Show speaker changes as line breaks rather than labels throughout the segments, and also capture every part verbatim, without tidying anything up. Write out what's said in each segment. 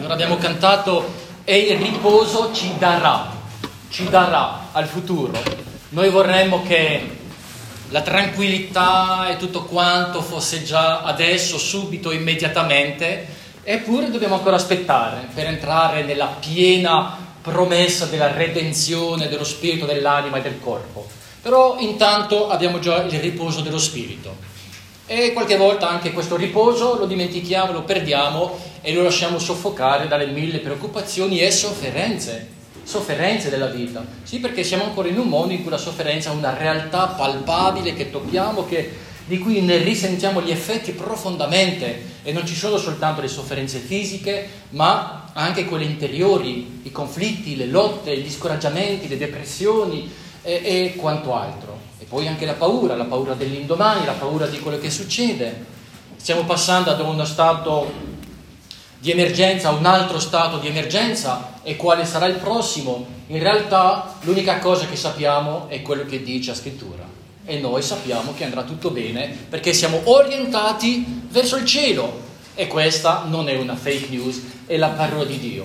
Allora abbiamo cantato e il riposo ci darà, ci darà al futuro. Noi vorremmo che la tranquillità e tutto quanto fosse già adesso, subito, immediatamente, eppure dobbiamo ancora aspettare per entrare nella piena promessa della redenzione dello spirito, dell'anima e del corpo. Però intanto abbiamo già il riposo dello spirito. E qualche volta anche questo riposo lo dimentichiamo, lo perdiamo e lo lasciamo soffocare dalle mille preoccupazioni e sofferenze, sofferenze della vita. Sì, perché siamo ancora in un mondo in cui la sofferenza è una realtà palpabile che tocchiamo, che, di cui ne risentiamo gli effetti profondamente, e non ci sono soltanto le sofferenze fisiche, ma anche quelle interiori, i conflitti, le lotte, gli scoraggiamenti, le depressioni e, e quanto altro. E poi anche la paura, la paura dell'indomani, la paura di quello che succede. Stiamo passando da uno stato di emergenza a un altro stato di emergenza, e quale sarà il prossimo? In realtà l'unica cosa che sappiamo è quello che dice la scrittura, e noi sappiamo che andrà tutto bene perché siamo orientati verso il cielo, e questa non è una fake news, è la parola di Dio.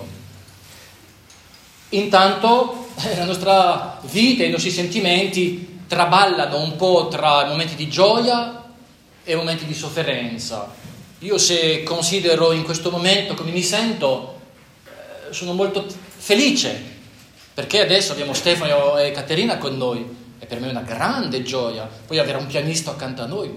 Intanto la nostra vita e i nostri sentimenti traballano un po' tra momenti di gioia e momenti di sofferenza. Io, se considero in questo momento come mi sento, eh, sono molto felice, perché adesso abbiamo Stefano e Caterina con noi, e per me è una grande gioia. Poi avere un pianista accanto a noi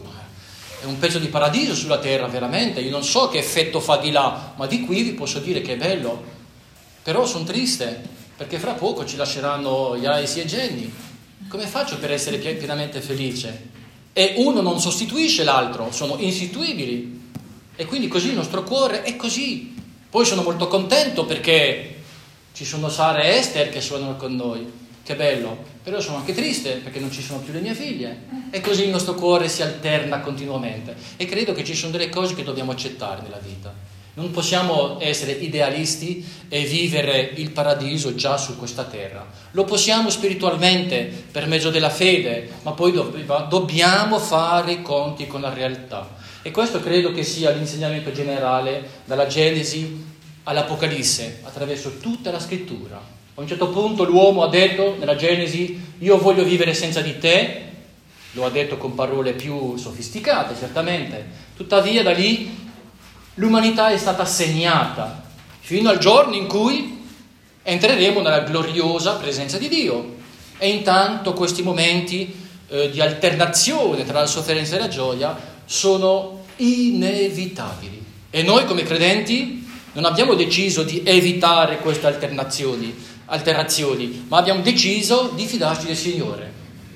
è un pezzo di paradiso sulla terra, veramente. Io non so che effetto fa di là, ma di qui vi posso dire che è bello. Però sono triste, perché fra poco ci lasceranno Iais e Jenny. Come faccio per essere pienamente felice? E uno non sostituisce l'altro, sono insostituibili. E quindi così il nostro cuore è così. Poi sono molto contento perché ci sono Sara e Esther che suonano con noi. Che bello. Però sono anche triste perché non ci sono più le mie figlie. E così il nostro cuore si alterna continuamente. E credo che ci sono delle cose che dobbiamo accettare nella vita. Non possiamo essere idealisti e vivere il paradiso già su questa terra. Lo possiamo spiritualmente per mezzo della fede, ma poi do- dobbiamo fare i conti con la realtà. E questo credo che sia l'insegnamento generale dalla Genesi all'Apocalisse, attraverso tutta la scrittura. A un certo punto l'uomo ha detto nella Genesi: io voglio vivere senza di te. Lo ha detto con parole più sofisticate, certamente. Tuttavia da lì l'umanità è stata segnata fino al giorno in cui entreremo nella gloriosa presenza di Dio. E intanto questi momenti eh, di alternazione tra la sofferenza e la gioia sono inevitabili. E noi come credenti non abbiamo deciso di evitare queste alternazioni, alterazioni, ma abbiamo deciso di fidarci del Signore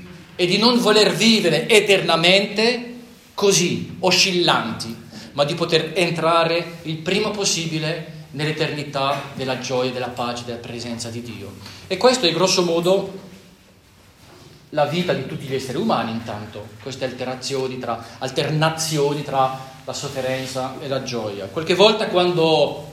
e di non voler vivere eternamente così, oscillanti, ma di poter entrare il prima possibile nell'eternità della gioia, della pace, della presenza di Dio. E questo è grosso modo la vita di tutti gli esseri umani, intanto, queste alterazioni tra, alternazioni tra la sofferenza e la gioia. Qualche volta quando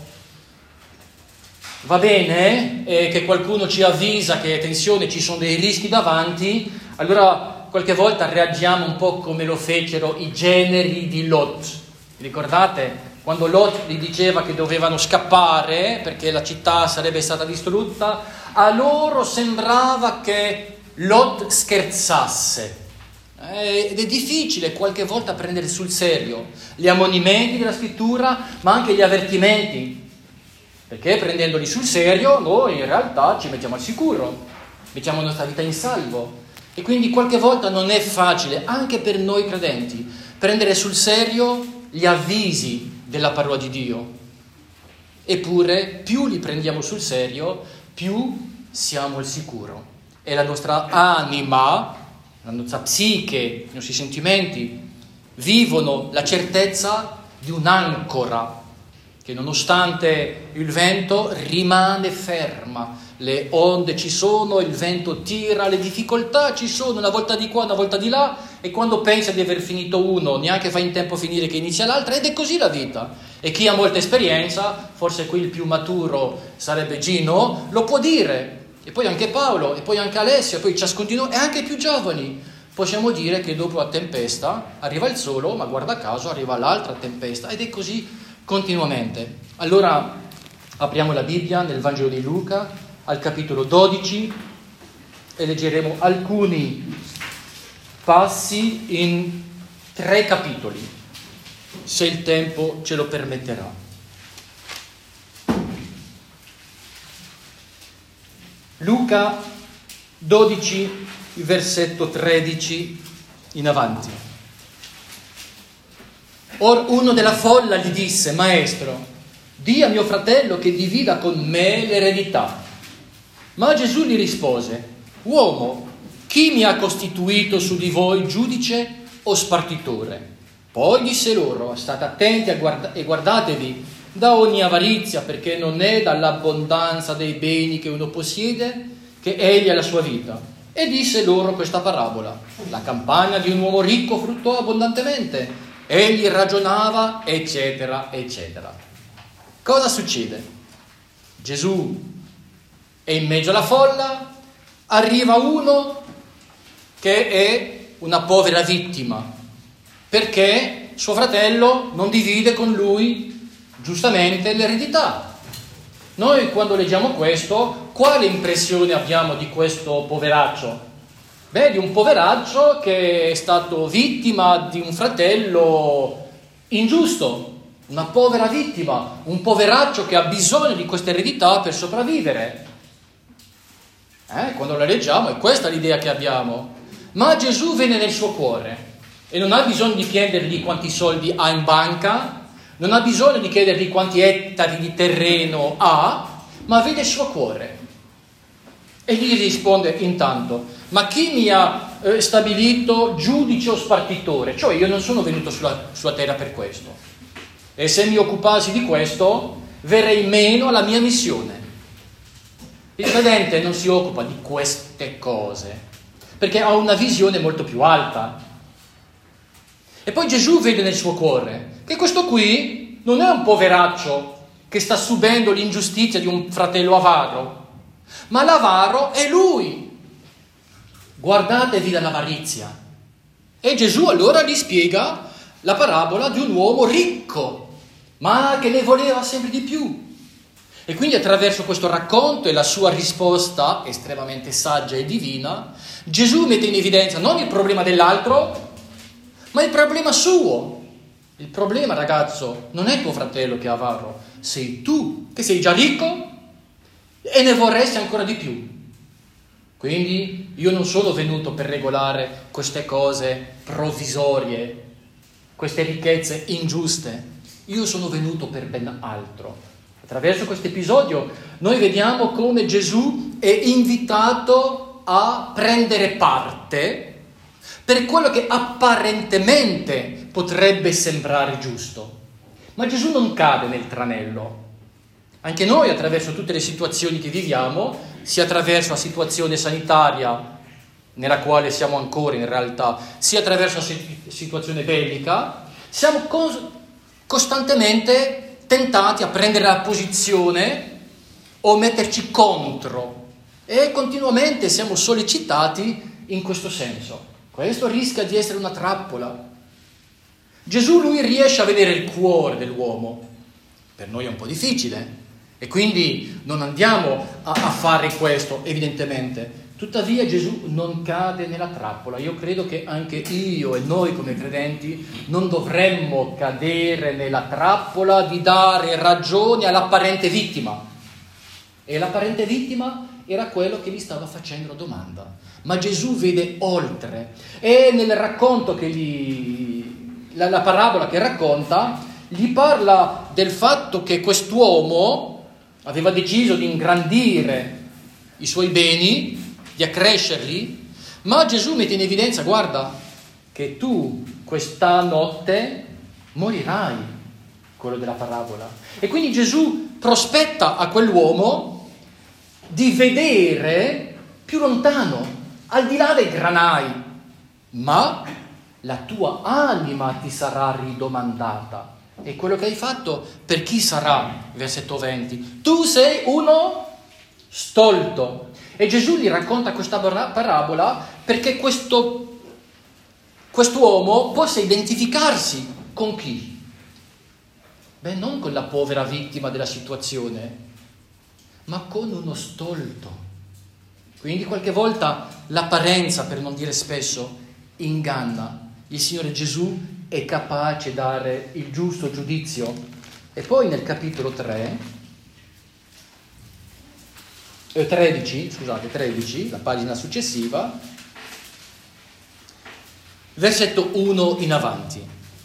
va bene e che qualcuno ci avvisa che attenzione, ci sono dei rischi davanti, allora qualche volta reagiamo un po' come lo fecero i generi di Lot. Ricordate? Quando Lot gli diceva che dovevano scappare perché la città sarebbe stata distrutta, a loro sembrava che Lot scherzasse. Eh, ed è difficile qualche volta prendere sul serio gli ammonimenti della scrittura, ma anche gli avvertimenti, perché prendendoli sul serio noi in realtà ci mettiamo al sicuro, mettiamo la nostra vita in salvo. E quindi qualche volta non è facile, anche per noi credenti, prendere sul serio gli avvisi della parola di Dio. Eppure più li prendiamo sul serio, più siamo al sicuro. E la nostra anima, la nostra psiche, i nostri sentimenti vivono la certezza di un'ancora che nonostante il vento rimane ferma. Le onde ci sono, il vento tira, le difficoltà ci sono, una volta di qua, una volta di là, e quando pensa di aver finito uno, neanche fa in tempo a finire che inizia l'altra, ed è così la vita. E chi ha molta esperienza, forse qui il più maturo sarebbe Gino, lo può dire. E poi anche Paolo, e poi anche Alessio, e poi ciascuno di noi, e anche i più giovani. Possiamo dire che dopo la tempesta arriva il sole, ma guarda caso arriva l'altra tempesta, ed è così continuamente. Allora Apriamo la Bibbia nel Vangelo di Luca, al capitolo dodici, e leggeremo alcuni passi in tre capitoli, se il tempo ce lo permetterà. Luca dodici, versetto tredici in avanti. Or uno della folla gli disse: Maestro, di a mio fratello che divida con me l'eredità. Ma Gesù gli rispose: Uomo, chi mi ha costituito su di voi giudice o spartitore? Poi disse loro: state attenti a guarda- e guardatevi da ogni avarizia, perché non è dall'abbondanza dei beni che uno possiede che egli ha la sua vita. E disse loro questa parabola: la campagna di un uomo ricco fruttò abbondantemente, egli ragionava, eccetera, eccetera. Cosa succede? Gesù è in mezzo alla folla, arriva uno che è una povera vittima, perché suo fratello non divide con lui giustamente l'eredità. Noi quando leggiamo questo, quale impressione abbiamo di questo poveraccio? Beh, di un poveraccio che è stato vittima di un fratello ingiusto, una povera vittima, un poveraccio che ha bisogno di questa eredità per sopravvivere. Eh, quando la leggiamo è questa l'idea che abbiamo. Ma Gesù venne nel suo cuore e non ha bisogno di chiedergli quanti soldi ha in banca, non ha bisogno di chiedergli quanti ettari di terreno ha, ma vede il suo cuore. E gli risponde intanto: ma chi mi ha eh, stabilito giudice o spartitore? Cioè io non sono venuto sulla, sulla terra per questo. E se mi occupassi di questo, verrei meno alla mia missione. Il credente non si occupa di queste cose, perché ha una visione molto più alta. E poi Gesù vede nel suo cuore che questo qui non è un poveraccio che sta subendo l'ingiustizia di un fratello avaro, ma l'avaro è lui. Guardatevi dall'avarizia. E Gesù allora gli spiega la parabola di un uomo ricco, ma che ne voleva sempre di più. E quindi attraverso questo racconto e la sua risposta estremamente saggia e divina, Gesù mette in evidenza non il problema dell'altro, ma il problema suo. Il problema, ragazzo, non è tuo fratello che è avaro, sei tu che sei già ricco e ne vorresti ancora di più. Quindi io non sono venuto per regolare queste cose provvisorie, queste ricchezze ingiuste. Io sono venuto per ben altro. Attraverso questo episodio noi vediamo come Gesù è invitato a prendere parte per quello che apparentemente potrebbe sembrare giusto. Ma Gesù non cade nel tranello. Anche noi, attraverso tutte le situazioni che viviamo, sia attraverso la situazione sanitaria nella quale siamo ancora in realtà, sia attraverso la situazione bellica, siamo cos- costantemente tentati a prendere la posizione o metterci contro, e continuamente siamo sollecitati in questo senso. Questo rischia di essere una trappola. Gesù, lui, riesce a vedere il cuore dell'uomo. Per noi è un po' difficile e quindi non andiamo a, a fare questo, evidentemente. Tuttavia Gesù non cade nella trappola. Io credo che anche io e noi come credenti non dovremmo cadere nella trappola di dare ragione all'apparente vittima. E l'apparente vittima era quello che gli stava facendo la domanda. Ma Gesù vede oltre. E nel racconto che gli... la, la parabola che racconta, gli parla del fatto che quest'uomo aveva deciso di ingrandire i suoi beni, di accrescerli, ma Gesù mette in evidenza: guarda che tu questa notte morirai, quello della parabola. E quindi Gesù prospetta a quell'uomo di vedere più lontano, al di là dei granai, ma la tua anima ti sarà ridomandata. E quello che hai fatto per chi sarà? Versetto venti. Tu sei uno stolto. E Gesù gli racconta questa parabola perché questo quest'uomo possa identificarsi con chi? Beh, non con la povera vittima della situazione, ma con uno stolto. Quindi qualche volta l'apparenza, per non dire spesso, inganna. Il Signore Gesù è capace di dare il giusto giudizio. E poi nel capitolo tre, eh, tredici, scusate, tredici, la pagina successiva, versetto uno in avanti.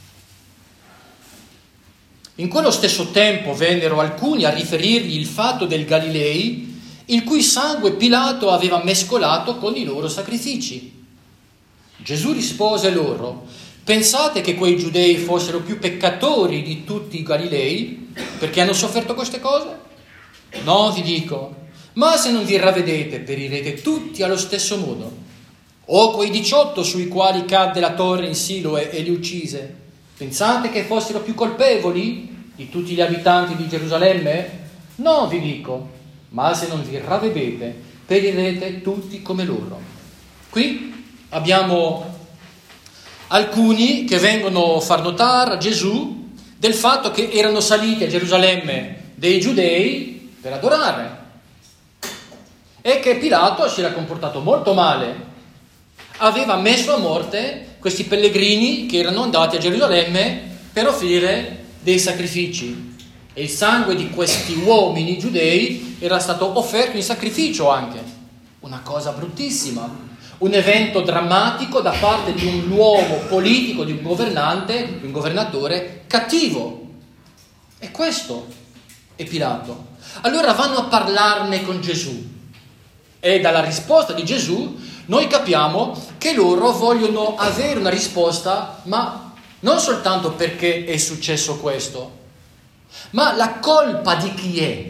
In quello stesso tempo vennero alcuni a riferirgli il fatto del Galilei, il cui sangue Pilato aveva mescolato con i loro sacrifici. Gesù rispose loro: pensate che quei giudei fossero più peccatori di tutti i Galilei perché hanno sofferto queste cose? No, vi dico, ma se non vi ravvedete perirete tutti allo stesso modo. O quei diciotto sui quali cadde la torre in Siloe e li uccise, pensate che fossero più colpevoli di tutti gli abitanti di Gerusalemme? No, vi dico, ma se non vi ravvedete perirete tutti come loro. Qui abbiamo alcuni che vengono a far notare a Gesù del fatto che erano saliti a Gerusalemme dei giudei per adorare e che Pilato si era comportato molto male, aveva messo a morte questi pellegrini che erano andati a Gerusalemme per offrire dei sacrifici, e il sangue di questi uomini giudei era stato offerto in sacrificio anche, una cosa bruttissima. Un evento drammatico da parte di un uomo politico, di un governante, di un governatore cattivo. E questo è Pilato. Allora vanno a parlarne con Gesù. E dalla risposta di Gesù noi capiamo che loro vogliono avere una risposta, ma non soltanto perché è successo questo, ma la colpa di chi è.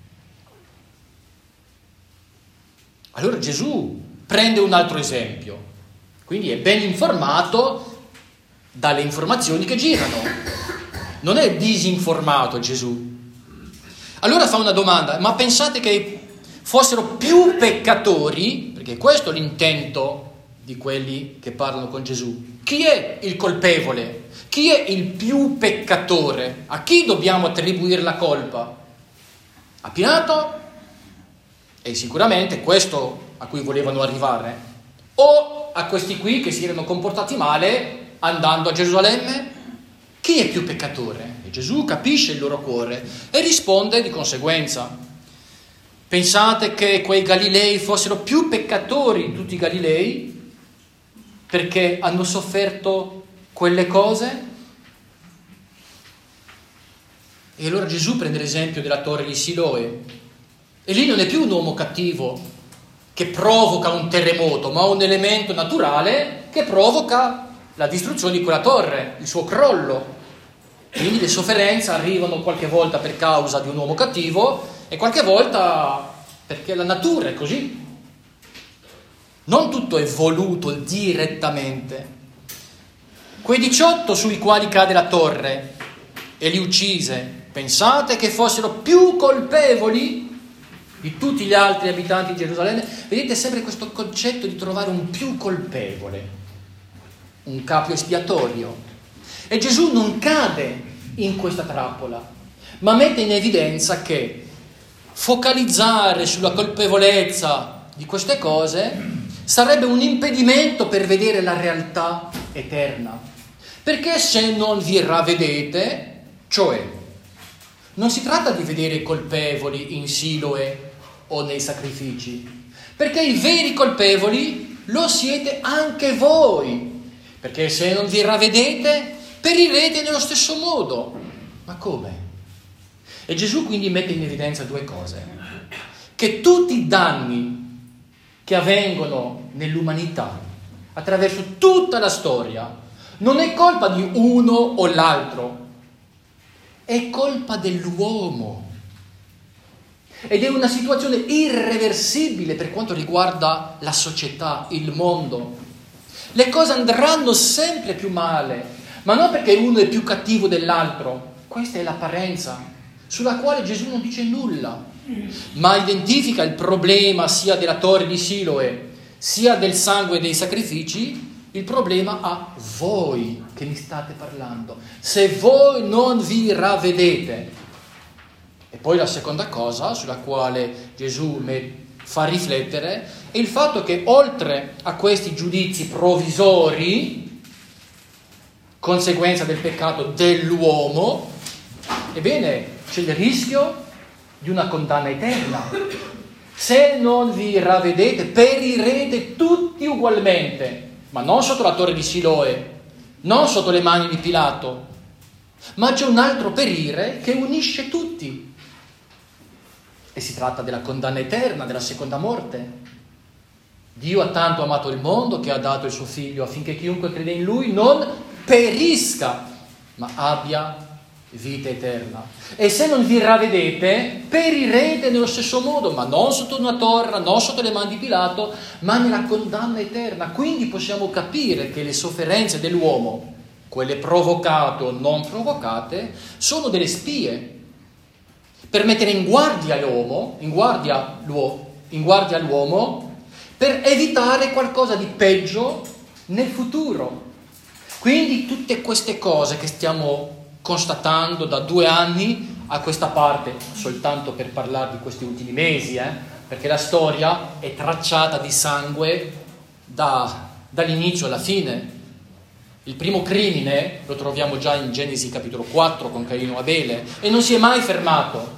Allora Gesù prende un altro esempio, quindi è ben informato dalle informazioni che girano, non è disinformato Gesù. Allora fa una domanda: ma pensate che fossero più peccatori, perché questo è l'intento di quelli che parlano con Gesù, chi è il colpevole? Chi è il più peccatore? A chi dobbiamo attribuire la colpa? A Pilato? E sicuramente questo a cui volevano arrivare, o a questi qui che si erano comportati male andando a Gerusalemme? Chi è più peccatore? E Gesù capisce il loro cuore e risponde di conseguenza. Pensate che quei Galilei fossero più peccatori di tutti i Galilei perché hanno sofferto quelle cose? E allora Gesù prende l'esempio della torre di Siloe, e lì non è più un uomo cattivo che provoca un terremoto, ma un elemento naturale che provoca la distruzione di quella torre, il suo crollo. Quindi le sofferenze arrivano qualche volta per causa di un uomo cattivo e qualche volta perché la natura è così. Non tutto è voluto direttamente. Quei diciotto sui quali cade la torre e li uccise, pensate che fossero più colpevoli di tutti gli altri abitanti di Gerusalemme? Vedete sempre questo concetto di trovare un più colpevole, un capo espiatorio. E Gesù non cade in questa trappola, ma mette in evidenza che focalizzare sulla colpevolezza di queste cose sarebbe un impedimento per vedere la realtà eterna. Perché se non vi ravvedete, cioè non si tratta di vedere i colpevoli in Siloe o nei sacrifici, perché i veri colpevoli lo siete anche voi, perché se non vi ravvedete perirete nello stesso modo. Ma come? E Gesù quindi mette in evidenza due cose: che tutti i danni che avvengono nell'umanità attraverso tutta la storia non è colpa di uno o l'altro, è colpa dell'uomo. Ed è una situazione irreversibile per quanto riguarda la società, il mondo. Le cose andranno sempre più male, ma non perché uno è più cattivo dell'altro. Questa è l'apparenza, sulla quale Gesù non dice nulla, ma identifica il problema sia della torre di Siloe, sia del sangue dei sacrifici. Il problema a voi che mi state parlando. Se voi non vi ravvedete, E poi la seconda cosa sulla quale Gesù fa riflettere è il fatto che oltre a questi giudizi provvisori, conseguenza del peccato dell'uomo, ebbene c'è il rischio di una condanna eterna. Se non vi ravvedete, perirete tutti ugualmente, ma non sotto la torre di Siloe, non sotto le mani di Pilato, ma c'è un altro perire che unisce tutti. E si tratta della condanna eterna, della seconda morte. Dio ha tanto amato il mondo che ha dato il suo figlio affinché chiunque crede in lui non perisca, ma abbia vita eterna. E se non vi ravvedete, perirete nello stesso modo, ma non sotto una torre, non sotto le mani di Pilato, ma nella condanna eterna. Quindi possiamo capire che le sofferenze dell'uomo, quelle provocate o non provocate, sono delle spie per mettere in guardia l'uomo, in guardia l'uomo, in guardia l'uomo, per evitare qualcosa di peggio nel futuro. Quindi tutte queste cose che stiamo constatando da due anni a questa parte, soltanto per parlare di questi ultimi mesi, eh, perché la storia è tracciata di sangue da, dall'inizio alla fine. Il primo crimine lo troviamo già in Genesi capitolo quattro con Caino e Abele e non si è mai fermato.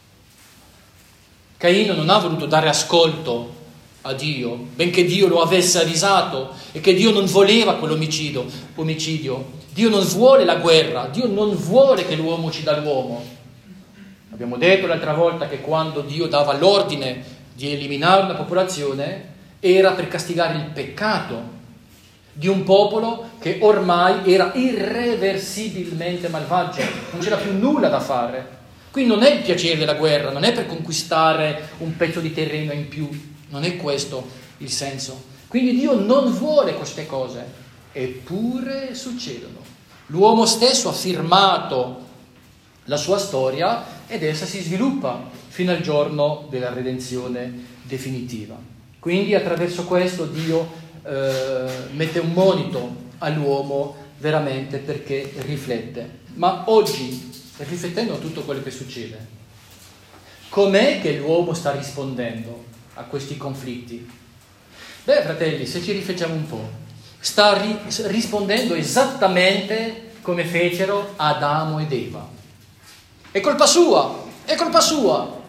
Caino non ha voluto dare ascolto a Dio, benché Dio lo avesse avvisato e che Dio non voleva quell'omicidio. Omicidio. Dio non vuole la guerra, Dio non vuole che l'uomo uccida l'uomo. Abbiamo detto l'altra volta che quando Dio dava l'ordine di eliminare una popolazione era per castigare il peccato di un popolo che ormai era irreversibilmente malvagio, non c'era più nulla da fare. Quindi non è il piacere della guerra, non è per conquistare un pezzo di terreno in più, non è questo il senso. Quindi Dio non vuole queste cose, eppure succedono. L'uomo stesso ha firmato la sua storia ed essa si sviluppa fino al giorno della redenzione definitiva. Quindi attraverso questo Dio eh, mette un monito all'uomo veramente perché riflette. Ma oggi, riflettendo a tutto quello che succede, com'è che l'uomo sta rispondendo a questi conflitti? Beh, fratelli, se ci riflettiamo un po', sta ri- rispondendo esattamente come fecero Adamo ed Eva. È colpa sua, è colpa sua.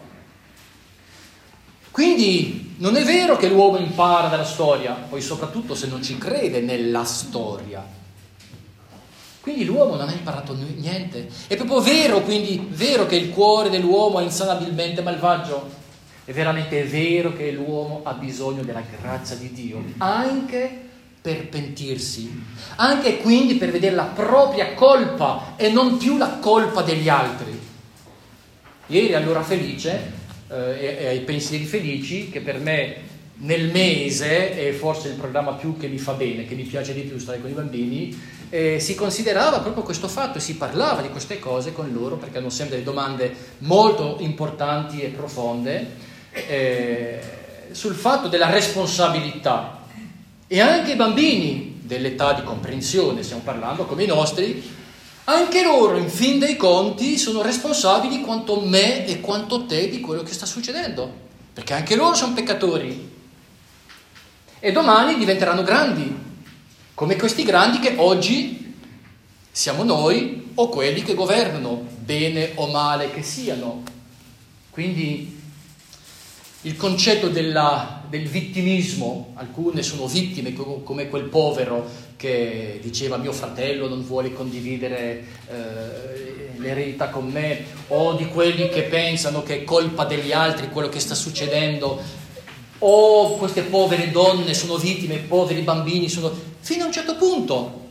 Quindi non è vero che l'uomo impara dalla storia, poi soprattutto se non ci crede nella storia. Quindi l'uomo non ha imparato niente. È proprio vero, quindi, vero che il cuore dell'uomo è insanabilmente malvagio. È veramente vero che l'uomo ha bisogno della grazia di Dio, anche per pentirsi, anche quindi per vedere la propria colpa e non più la colpa degli altri. Ieri all'ora felice, eh, e ai pensieri felici, che per me nel mese è forse il programma più che mi fa bene, che mi piace di più stare con i bambini, eh, si considerava proprio questo fatto e si parlava di queste cose con loro perché hanno sempre delle domande molto importanti e profonde eh, sul fatto della responsabilità. E anche i bambini dell'età di comprensione, stiamo parlando come i nostri, anche loro in fin dei conti sono responsabili quanto me e quanto te di quello che sta succedendo, perché anche loro sono peccatori e domani diventeranno grandi, come questi grandi che oggi siamo noi o quelli che governano, bene o male che siano. Quindi il concetto della, del vittimismo, alcune sono vittime come quel povero che diceva mio fratello non vuole condividere eh, l'eredità con me, o di quelli che pensano che è colpa degli altri quello che sta succedendo, o queste povere donne sono vittime, poveri bambini sono, fino a un certo punto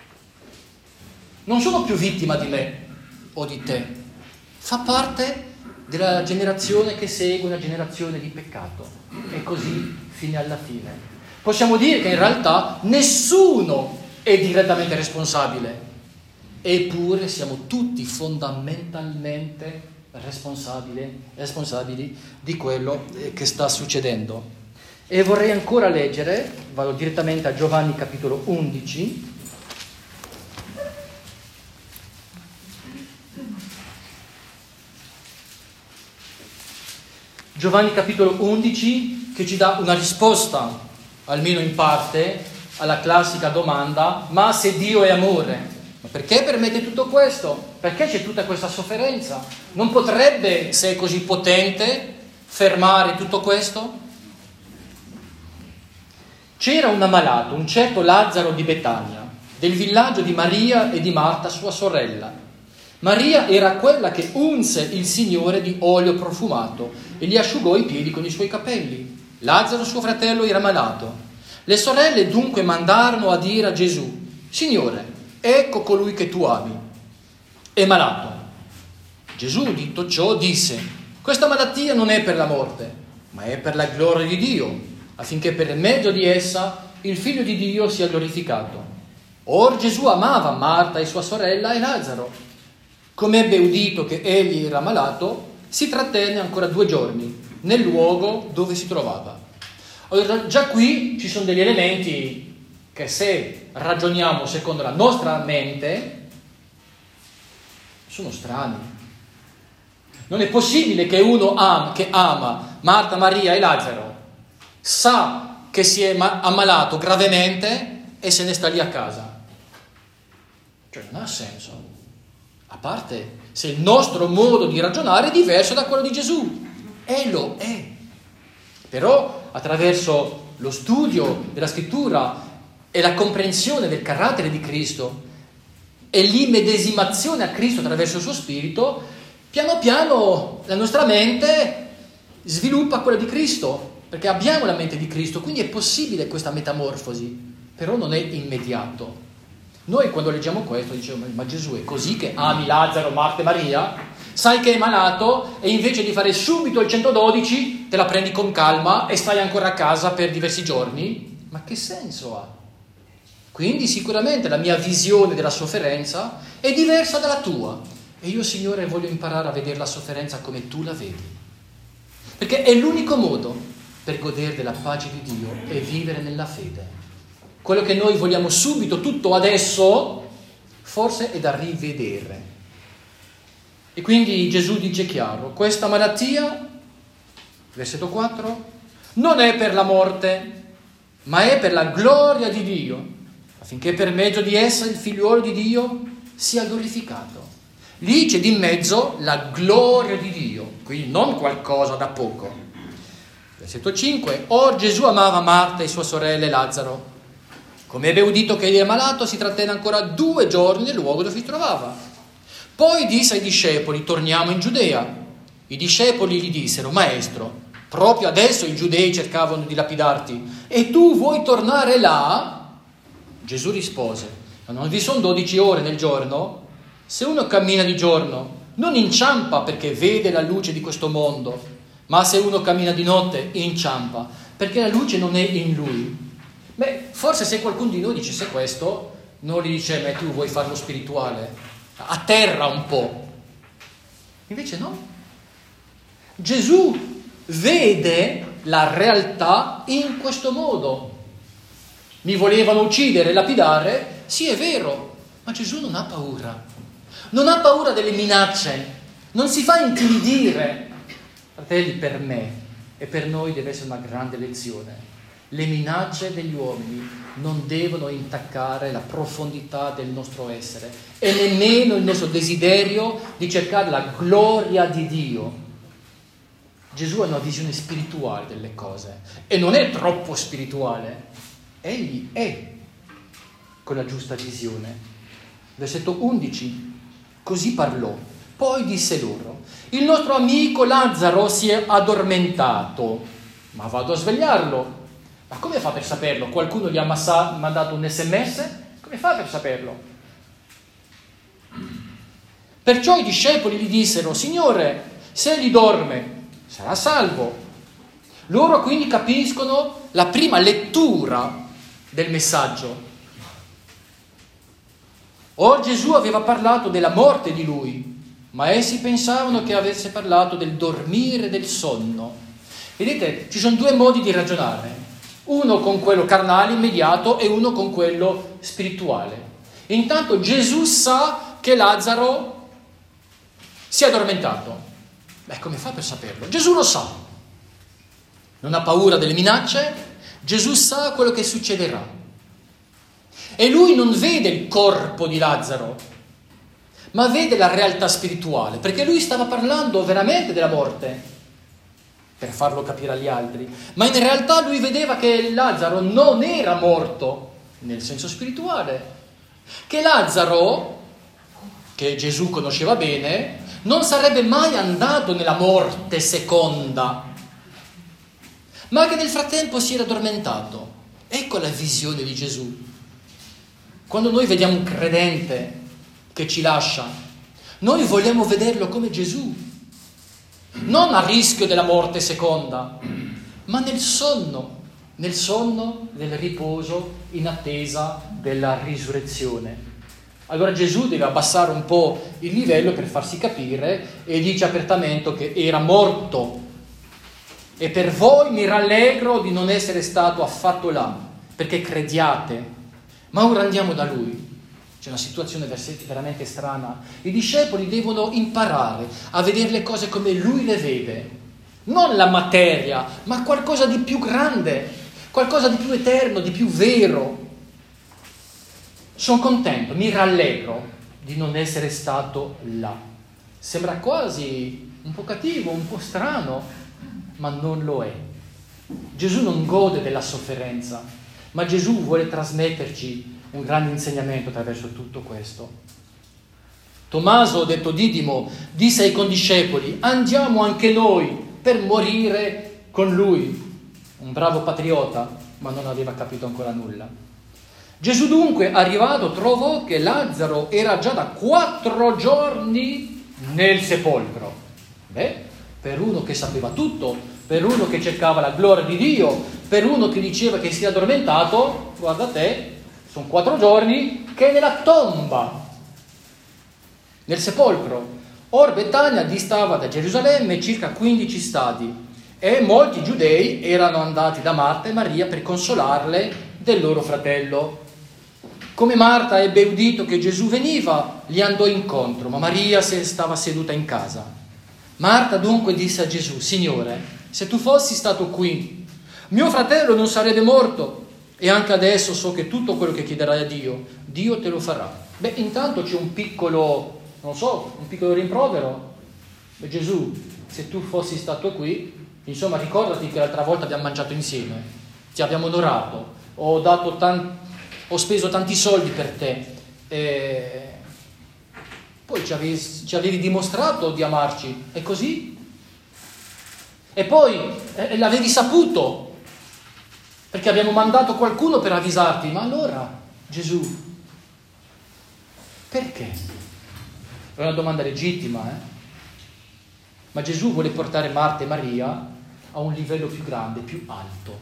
non sono più vittima di me o di te, fa parte della generazione che segue una generazione di peccato, e così fino alla fine. Possiamo dire che in realtà nessuno è direttamente responsabile, eppure siamo tutti fondamentalmente responsabili, responsabili di quello che sta succedendo. E vorrei ancora leggere, vado direttamente a Giovanni capitolo undici, Giovanni capitolo undici, che ci dà una risposta, almeno in parte, alla classica domanda: ma se Dio è amore, ma perché permette tutto questo? Perché c'è tutta questa sofferenza? Non potrebbe, se è così potente, fermare tutto questo? C'era un ammalato, un certo Lazzaro di Betania, del villaggio di Maria e di Marta, sua sorella. Maria era quella che unse il Signore di olio profumato e gli asciugò i piedi con i suoi capelli. Lazzaro, suo fratello, era malato. Le sorelle dunque mandarono a dire a Gesù: Signore, ecco colui che tu ami, è malato. Gesù, udito ciò, disse: questa malattia non è per la morte, ma è per la gloria di Dio, affinché per mezzo di essa il Figlio di Dio sia glorificato. Or Gesù amava Marta e sua sorella e Lazzaro. Come ebbe udito che egli era malato, si trattenne ancora due giorni nel luogo dove si trovava. Allora, già qui ci sono degli elementi che, se ragioniamo secondo la nostra mente, sono strani. Non è possibile che uno am, che ama Marta, Maria e Lazzaro sa che si è ammalato gravemente e se ne sta lì a casa. Cioè, non ha senso. A parte se il nostro modo di ragionare è diverso da quello di Gesù. E lo è. Però attraverso lo studio della scrittura e la comprensione del carattere di Cristo e l'immedesimazione a Cristo attraverso il suo spirito, piano piano la nostra mente sviluppa quella di Cristo, perché abbiamo la mente di Cristo, quindi è possibile questa metamorfosi, però non è immediato. Noi quando leggiamo questo diciamo: ma Gesù è così che ami Lazzaro, Marta e Maria? Sai che è malato e invece di fare subito il centododici te la prendi con calma e stai ancora a casa per diversi giorni? Ma che senso ha? Quindi sicuramente la mia visione della sofferenza è diversa dalla tua e io, Signore, voglio imparare a vedere la sofferenza come tu la vedi, perché è l'unico modo per godere della pace di Dio e vivere nella fede. Quello che noi vogliamo subito, tutto adesso, forse è da rivedere. E quindi Gesù dice chiaro: questa malattia, versetto quattro, non è per la morte, ma è per la gloria di Dio, affinché per mezzo di essa il figliuolo di Dio sia glorificato. Lì c'è di mezzo la gloria di Dio, quindi non qualcosa da poco. Versetto cinque: or Gesù amava Marta e sua sorella e Lazzaro. Come ebbe udito che egli era malato, si trattenne ancora due giorni nel luogo dove si trovava. Poi disse ai discepoli: torniamo in Giudea. I discepoli gli dissero: Maestro, proprio adesso i giudei cercavano di lapidarti e tu vuoi tornare là? Gesù rispose: non vi sono dodici ore nel giorno? Se uno cammina di giorno non inciampa perché vede la luce di questo mondo, ma se uno cammina di notte inciampa perché la luce non è in lui. Beh, forse se qualcuno di noi dicesse questo, non gli dice: ma tu vuoi farlo spirituale, atterra un po'. Invece no. Gesù vede la realtà in questo modo. Mi volevano uccidere, lapidare, sì è vero, ma Gesù non ha paura. Non ha paura delle minacce, non si fa intimidire. Fratelli, per me e per noi deve essere una grande lezione. Le minacce degli uomini non devono intaccare la profondità del nostro essere e nemmeno il nostro desiderio di cercare la gloria di Dio. Gesù ha una visione spirituale delle cose e non è troppo spirituale. Egli è con la giusta visione. Versetto undici: così parlò. Poi disse loro: il nostro amico Lazzaro si è addormentato, ma vado a svegliarlo. Ma come fa per saperlo? Qualcuno gli ha massa- mandato un sms? Come fa per saperlo? Perciò i discepoli gli dissero: Signore, se egli dorme, sarà salvo. Loro quindi capiscono la prima lettura del messaggio. Or Gesù aveva parlato della morte di lui, ma essi pensavano che avesse parlato del dormire del sonno. Vedete, ci sono due modi di ragionare. Uno con quello carnale, immediato, e uno con quello spirituale. Intanto Gesù sa che Lazzaro si è addormentato. Beh, come fa per saperlo? Gesù lo sa. non ha paura delle minacce, Gesù sa quello che succederà. E lui non vede il corpo di Lazzaro, ma vede la realtà spirituale, perché lui stava parlando veramente della morte, per farlo capire agli altri, ma in realtà lui vedeva che Lazzaro non era morto nel senso spirituale, che Lazzaro, che Gesù conosceva bene, non sarebbe mai andato nella morte seconda, ma che nel frattempo si era addormentato. Ecco la visione di Gesù. Quando noi vediamo un credente che ci lascia, noi vogliamo vederlo come Gesù, non a rischio della morte seconda, ma nel sonno, nel sonno del riposo in attesa della risurrezione. Allora Gesù deve abbassare un po' il livello per farsi capire e dice apertamente che era morto. E per voi mi rallegro di non essere stato affatto là, perché crediate. Ma ora andiamo da lui. C'è una situazione veramente strana. I discepoli devono imparare a vedere le cose come lui le vede. Non la materia, ma qualcosa di più grande, qualcosa di più eterno, di più vero. Sono contento, mi rallegro di non essere stato là. Sembra quasi un po' cattivo, un po' strano, ma non lo è. Gesù non gode della sofferenza, ma Gesù vuole trasmetterci un grande insegnamento attraverso tutto questo. Tommaso, detto Didimo, disse ai condiscepoli: andiamo anche noi per morire con lui. Un bravo patriota, ma non aveva capito ancora nulla. Gesù dunque, arrivato, trovò che Lazzaro era già da quattro giorni nel sepolcro. Beh, per uno che sapeva tutto, per uno che cercava la gloria di Dio, per uno che diceva che si è addormentato, guarda te, sono quattro giorni che è nella tomba, nel sepolcro. Or Betania distava da Gerusalemme circa quindici stadi e molti giudei erano andati da Marta e Maria per consolarle del loro fratello. Come Marta ebbe udito che Gesù veniva, gli andò incontro, ma Maria se stava seduta in casa. Marta dunque disse a Gesù: Signore, se tu fossi stato qui, mio fratello non sarebbe morto. E anche adesso so che tutto quello che chiederai a Dio, Dio te lo farà. Beh, intanto c'è un piccolo, non so, un piccolo rimprovero. Beh, Gesù, se tu fossi stato qui, insomma, ricordati che l'altra volta abbiamo mangiato insieme, ti abbiamo onorato, ho dato tanti, ho speso tanti soldi per te, e poi ci avevi, ci avevi dimostrato di amarci, e così? E poi eh, l'avevi saputo, perché abbiamo mandato qualcuno per avvisarti. Ma allora, Gesù, perché? È una domanda legittima, eh? Ma Gesù vuole portare Marta e Maria a un livello più grande, più alto.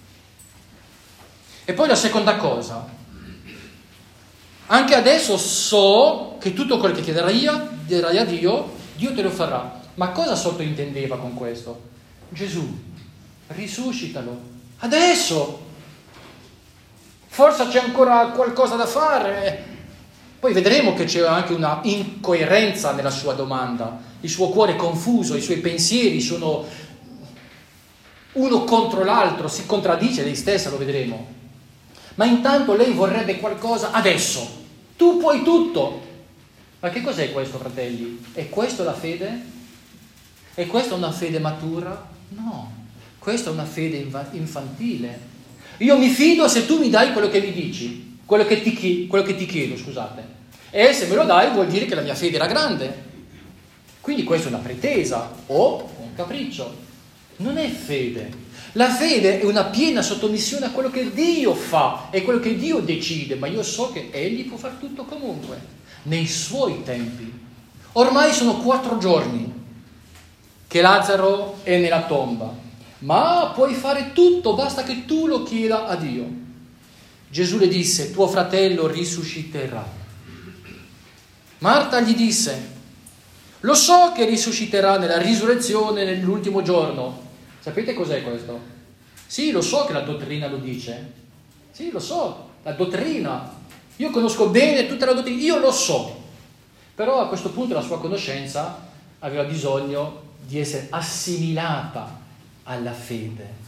E poi la seconda cosa: anche adesso so che tutto quello che chiederai a Dio, Dio te lo farà. Ma cosa sottointendeva con questo? Gesù, risuscitalo adesso, forse c'è ancora qualcosa da fare. Poi vedremo che c'è anche una incoerenza nella sua domanda, il suo cuore è confuso, i suoi pensieri sono uno contro l'altro, si contraddice lei stessa, lo vedremo. Ma intanto lei vorrebbe qualcosa adesso, tu puoi tutto. Ma che cos'è questo, fratelli? È questa la fede? È questa una fede matura? No. Questa è una fede infantile. Io mi fido se tu mi dai quello che mi dici, quello che ti, quello che ti chiedo, scusate. E se me lo dai vuol dire che la mia fede era grande. Quindi questa è una pretesa o un capriccio. Non è fede. La fede è una piena sottomissione a quello che Dio fa e quello che Dio decide, ma io so che Egli può far tutto comunque, nei suoi tempi. Ormai sono quattro giorni che Lazzaro è nella tomba. Ma puoi fare tutto, basta che tu lo chieda a Dio. Gesù le disse: tuo fratello risusciterà. Marta gli disse: lo so che risusciterà nella risurrezione nell'ultimo giorno. Sapete cos'è questo? Sì, lo so che la dottrina lo dice. Sì, lo so, la dottrina. Io conosco bene tutta la dottrina, io lo so. Però a questo punto la sua conoscenza aveva bisogno di essere assimilata alla fede.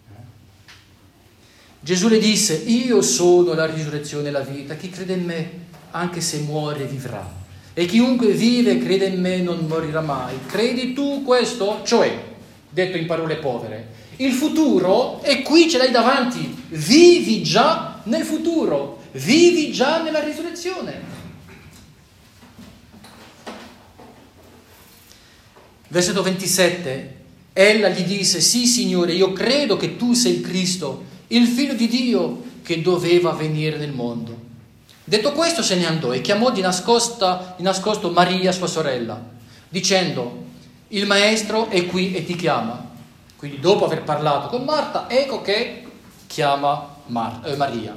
Gesù le disse: io sono la risurrezione e la vita, chi crede in me, anche se muore, vivrà. E chiunque vive e crede in me non morirà mai. Credi tu questo? Cioè, detto in parole povere, il futuro è qui, ce l'hai davanti. Vivi già nel futuro, vivi già nella risurrezione. Versetto ventisette. Ella gli disse: sì, Signore, io credo che tu sei il Cristo, il Figlio di Dio che doveva venire nel mondo. Detto questo se ne andò e chiamò di nascosto, di nascosto Maria, sua sorella, dicendo: il Maestro è qui e ti chiama. Quindi dopo aver parlato con Marta, ecco che chiama Mar- eh, Maria.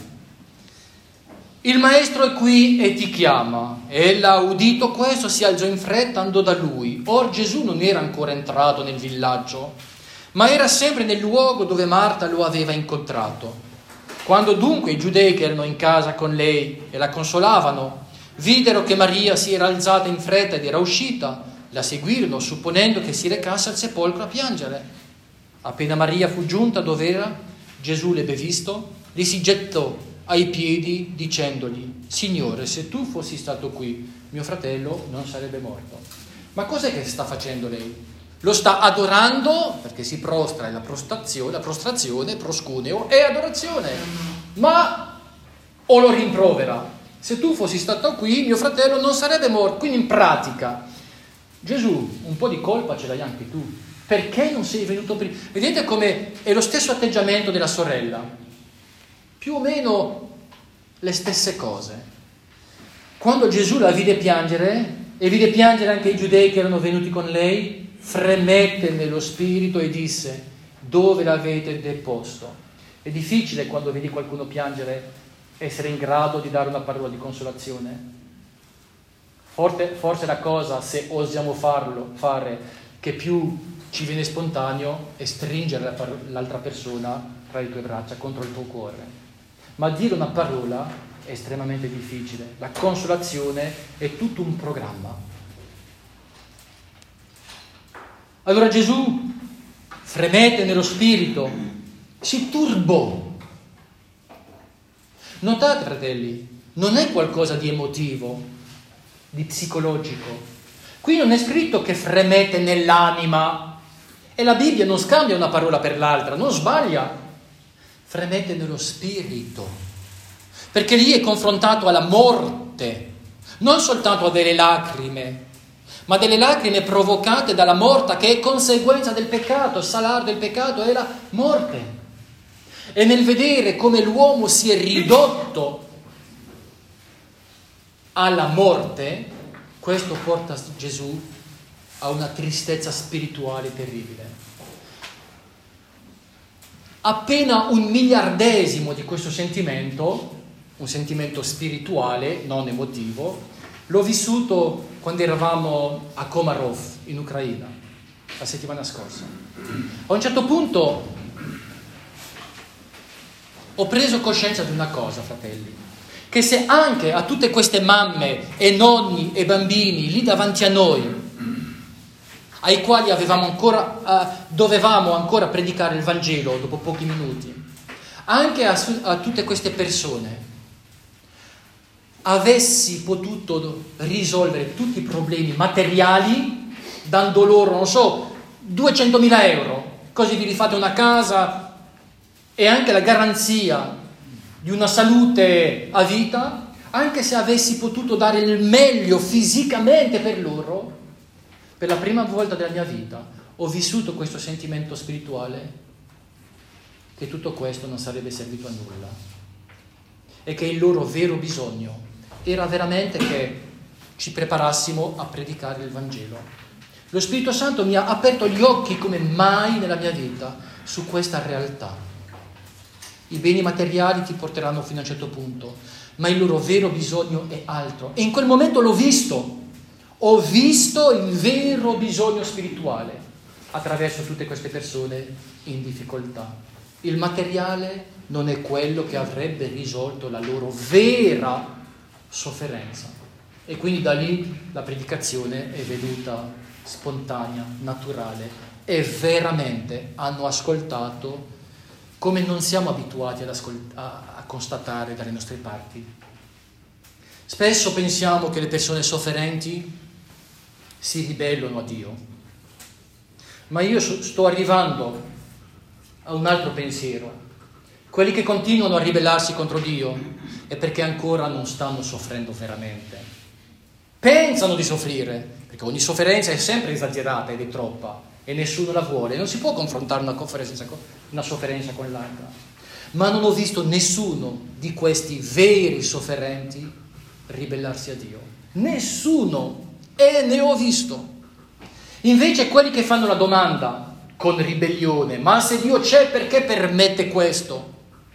Il Maestro è qui e ti chiama. Ella, udito questo, si alzò in fretta e andò da lui. Or Gesù non era ancora entrato nel villaggio, ma era sempre nel luogo dove Marta lo aveva incontrato. Quando dunque i giudei che erano in casa con lei e la consolavano videro che Maria si era alzata in fretta ed era uscita, la seguirono, supponendo che si recasse al sepolcro a piangere. Appena Maria fu giunta dove era, Gesù l'ebbe visto, gli si gettò ai piedi dicendogli: Signore, se tu fossi stato qui, mio fratello non sarebbe morto. Ma cos'è che sta facendo lei? Lo sta adorando, perché si prostra, è la prostrazione, la prostrazione, proscuneo, è adorazione. Ma o lo rimprovera: se tu fossi stato qui, mio fratello non sarebbe morto. Quindi in pratica, Gesù, un po' di colpa ce l'hai anche tu. Perché non sei venuto prima? Vedete come è lo stesso atteggiamento della sorella. Più o meno le stesse cose. Quando Gesù la vide piangere, e vide piangere anche i giudei che erano venuti con lei, fremette nello spirito e disse: dove l'avete deposto? È difficile quando vedi qualcuno piangere essere in grado di dare una parola di consolazione. Forse, forse la cosa, se osiamo farlo, fare, che più ci viene spontaneo, è stringere la par- l'altra persona tra le tue braccia, contro il tuo cuore. Ma dire una parola è estremamente difficile. La consolazione è tutto un programma. Allora Gesù fremette nello spirito, si turbò. Notate, fratelli, non è qualcosa di emotivo, di psicologico. Qui non è scritto che fremette nell'anima, e la Bibbia non scambia una parola per l'altra, non sbaglia. Fremette nello spirito, perché lì è confrontato alla morte, non soltanto a delle lacrime, ma delle lacrime provocate dalla morte, che è conseguenza del peccato. Il salario del peccato è la morte. E nel vedere come l'uomo si è ridotto alla morte, questo porta Gesù a una tristezza spirituale terribile. Appena un miliardesimo di questo sentimento, un sentimento spirituale, non emotivo, l'ho vissuto quando eravamo a Komarov, in Ucraina, la settimana scorsa. A un certo punto ho preso coscienza di una cosa, fratelli, che se anche a tutte queste mamme e nonni e bambini lì davanti a noi, ai quali avevamo ancora, uh, dovevamo ancora predicare il Vangelo dopo pochi minuti, anche a, a tutte queste persone, avessi potuto risolvere tutti i problemi materiali dando loro, non so, duecentomila euro, così vi rifate una casa e anche la garanzia di una salute a vita, anche se avessi potuto dare il meglio fisicamente per loro, per la prima volta della mia vita ho vissuto questo sentimento spirituale che tutto questo non sarebbe servito a nulla e che il loro vero bisogno era veramente che ci preparassimo a predicare il Vangelo. Lo Spirito Santo mi ha aperto gli occhi come mai nella mia vita su questa realtà. I beni materiali ti porteranno fino a un certo punto, ma il loro vero bisogno è altro. E in quel momento l'ho visto. Ho visto il vero bisogno spirituale attraverso tutte queste persone in difficoltà. Il materiale non è quello che avrebbe risolto la loro vera sofferenza. E quindi da lì la predicazione è venuta spontanea, naturale, e veramente hanno ascoltato come non siamo abituati ad ascolt- a, a constatare dalle nostre parti. Spesso pensiamo che le persone sofferenti si ribellano a Dio, ma io sto arrivando a un altro pensiero. Quelli che continuano a ribellarsi contro Dio è perché ancora non stanno soffrendo veramente. Pensano di soffrire, perché ogni sofferenza è sempre esagerata ed è troppa e nessuno la vuole. Non si può confrontare una, una sofferenza con l'altra. Ma non ho visto nessuno di questi veri sofferenti ribellarsi a Dio. Nessuno. E ne ho visto. Invece quelli che fanno la domanda con ribellione, ma se Dio c'è perché permette questo?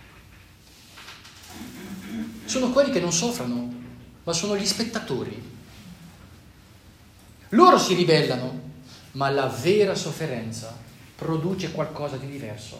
Sono quelli che non soffrono, ma sono gli spettatori. Loro si ribellano, ma la vera sofferenza produce qualcosa di diverso.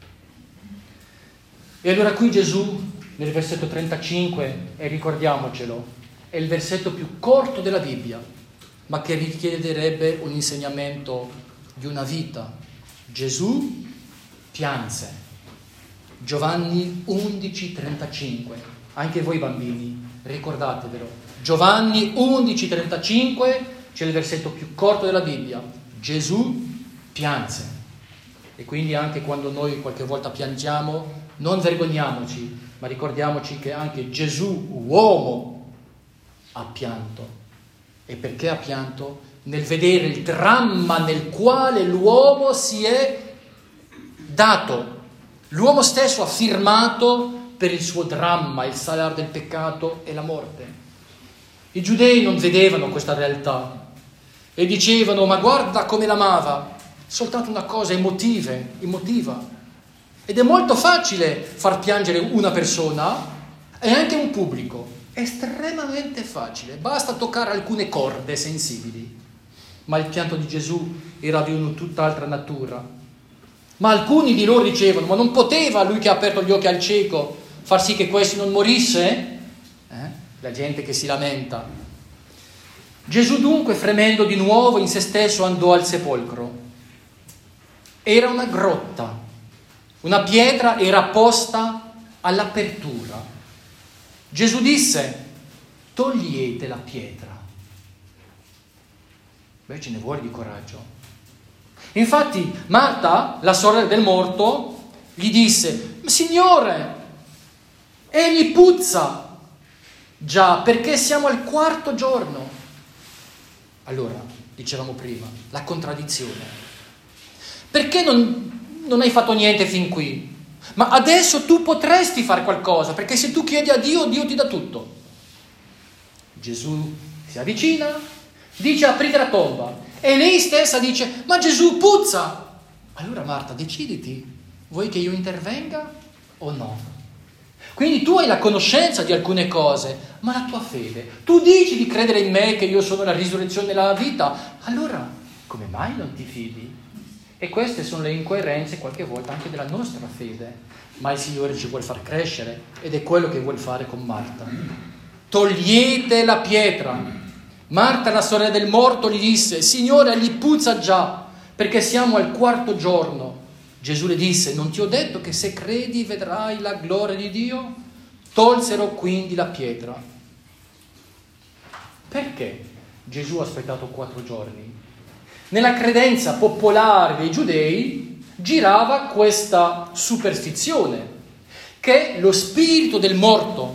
E allora qui Gesù, nel versetto trentacinque, e ricordiamocelo, è il versetto più corto della Bibbia, ma che richiederebbe un insegnamento di una vita. Gesù pianse. Giovanni undici trentacinque. Anche voi bambini, ricordatevelo. Giovanni undici trentacinque, c'è il versetto più corto della Bibbia. Gesù pianse. E quindi anche quando noi qualche volta piangiamo, non vergogniamoci, ma ricordiamoci che anche Gesù, uomo, ha pianto. E perché ha pianto? Nel vedere il dramma nel quale l'uomo si è dato. L'uomo stesso ha firmato per il suo dramma, il salario del peccato e la morte. I giudei non vedevano questa realtà e dicevano: ma guarda come l'amava, soltanto una cosa emotive, emotiva. Ed è molto facile far piangere una persona e anche un pubblico, estremamente facile, basta toccare alcune corde sensibili. Ma il pianto di Gesù era di una tutt'altra natura. Ma alcuni di loro dicevano: ma non poteva lui che ha aperto gli occhi al cieco far sì che questi non morisse? Eh? La gente che si lamenta. Gesù dunque, fremendo di nuovo in se stesso, andò al sepolcro. Era una grotta, una pietra era posta all'apertura. Gesù disse: togliete la pietra. Beh, ce ne vuole di coraggio. Infatti Marta, la sorella del morto, gli disse: Signore, egli puzza già, perché siamo al quarto giorno. Allora, dicevamo prima, la contraddizione. Perché non, non hai fatto niente fin qui? Ma adesso tu potresti fare qualcosa, perché se tu chiedi a Dio, Dio ti dà tutto. Gesù si avvicina, dice: aprite la tomba. E lei stessa dice: ma Gesù puzza. Allora Marta, deciditi, vuoi che io intervenga o no? Quindi tu hai la conoscenza di alcune cose, ma la tua fede, tu dici di credere in me, che io sono la risurrezione e la vita, allora come mai non ti fidi? E queste sono le incoerenze qualche volta anche della nostra fede, ma il Signore ci vuole far crescere ed è quello che vuole fare con Marta. Togliete la pietra. Marta, la sorella del morto, gli disse: Signore, gli puzza già, perché siamo al quarto giorno. Gesù le disse: non ti ho detto che se credi vedrai la gloria di Dio? Tolsero quindi la pietra. Perché Gesù ha aspettato quattro giorni? Nella credenza popolare dei giudei girava questa superstizione che lo spirito del morto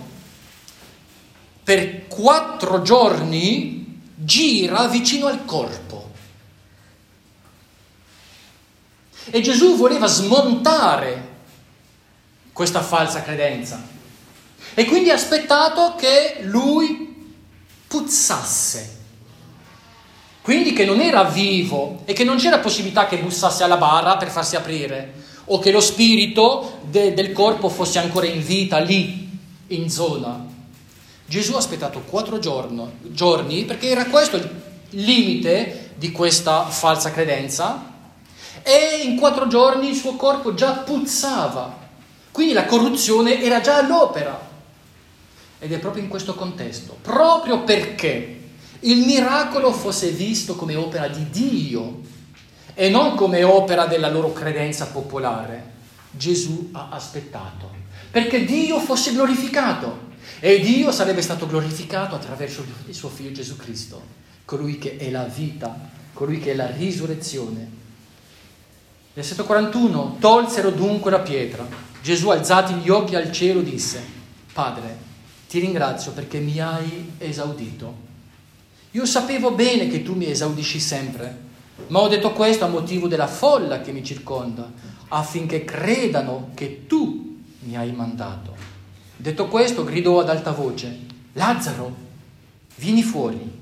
per quattro giorni gira vicino al corpo. E Gesù voleva smontare questa falsa credenza e quindi ha aspettato che lui puzzasse, quindi che non era vivo e che non c'era possibilità che bussasse alla bara per farsi aprire o che lo spirito de- del corpo fosse ancora in vita lì in zona. Gesù ha aspettato quattro giorno, giorni perché era questo il limite di questa falsa credenza. E in quattro giorni il suo corpo già puzzava, quindi la corruzione era già all'opera. Ed è proprio in questo contesto, proprio perché il miracolo fosse visto come opera di Dio e non come opera della loro credenza popolare. Gesù ha aspettato perché Dio fosse glorificato e Dio sarebbe stato glorificato attraverso il suo figlio Gesù Cristo, colui che è la vita, colui che è la risurrezione. Versetto quarantuno, tolsero dunque la pietra. Gesù, alzati gli occhi al cielo, disse: Padre, ti ringrazio perché mi hai esaudito. Io sapevo bene che tu mi esaudisci sempre, ma ho detto questo a motivo della folla che mi circonda, affinché credano che tu mi hai mandato. Detto questo, gridò ad alta voce: Lazzaro, vieni fuori.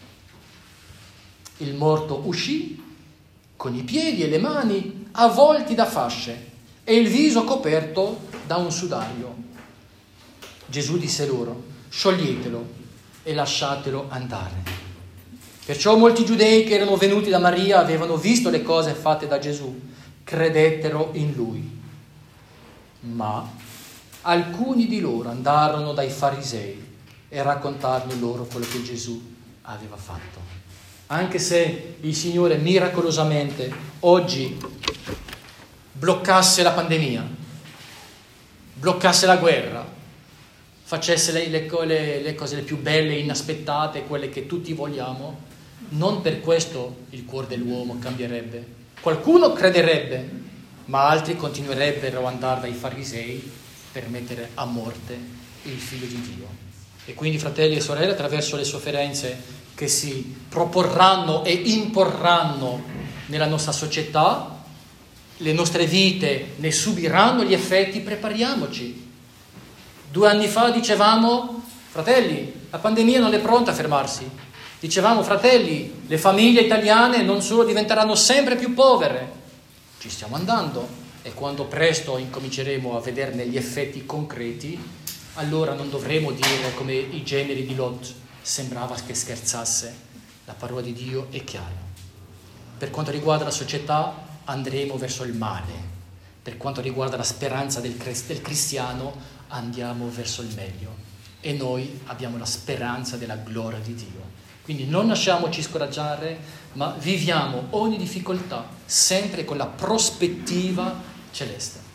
Il morto uscì con i piedi e le mani avvolti da fasce e il viso coperto da un sudario. Gesù disse loro: scioglietelo e lasciatelo andare. Perciò molti giudei che erano venuti da Maria, avevano visto le cose fatte da Gesù, credettero in lui. Ma alcuni di loro andarono dai farisei e raccontarono loro quello che Gesù aveva fatto. Anche se il Signore miracolosamente oggi bloccasse la pandemia, bloccasse la guerra, facesse le, le, le cose le più belle, inaspettate, quelle che tutti vogliamo, non per questo il cuore dell'uomo cambierebbe. Qualcuno crederebbe, ma altri continuerebbero ad andare dai farisei per mettere a morte il figlio di Dio. E quindi, fratelli e sorelle, attraverso le sofferenze che si proporranno e imporranno nella nostra società, le nostre vite ne subiranno gli effetti, prepariamoci. Due anni fa dicevamo: fratelli, la pandemia non è pronta a fermarsi. Dicevamo: fratelli, le famiglie italiane non solo diventeranno sempre più povere, ci stiamo andando, e quando presto incominceremo a vederne gli effetti concreti, allora non dovremo dire come i generi di Lot: sembrava che scherzasse, la parola di Dio è chiara. Per quanto riguarda la società, andremo verso il male. Per quanto riguarda la speranza del, del cristiano, andiamo verso il meglio. E noi abbiamo la speranza della gloria di Dio. Quindi non lasciamoci scoraggiare, ma viviamo ogni difficoltà sempre con la prospettiva celeste.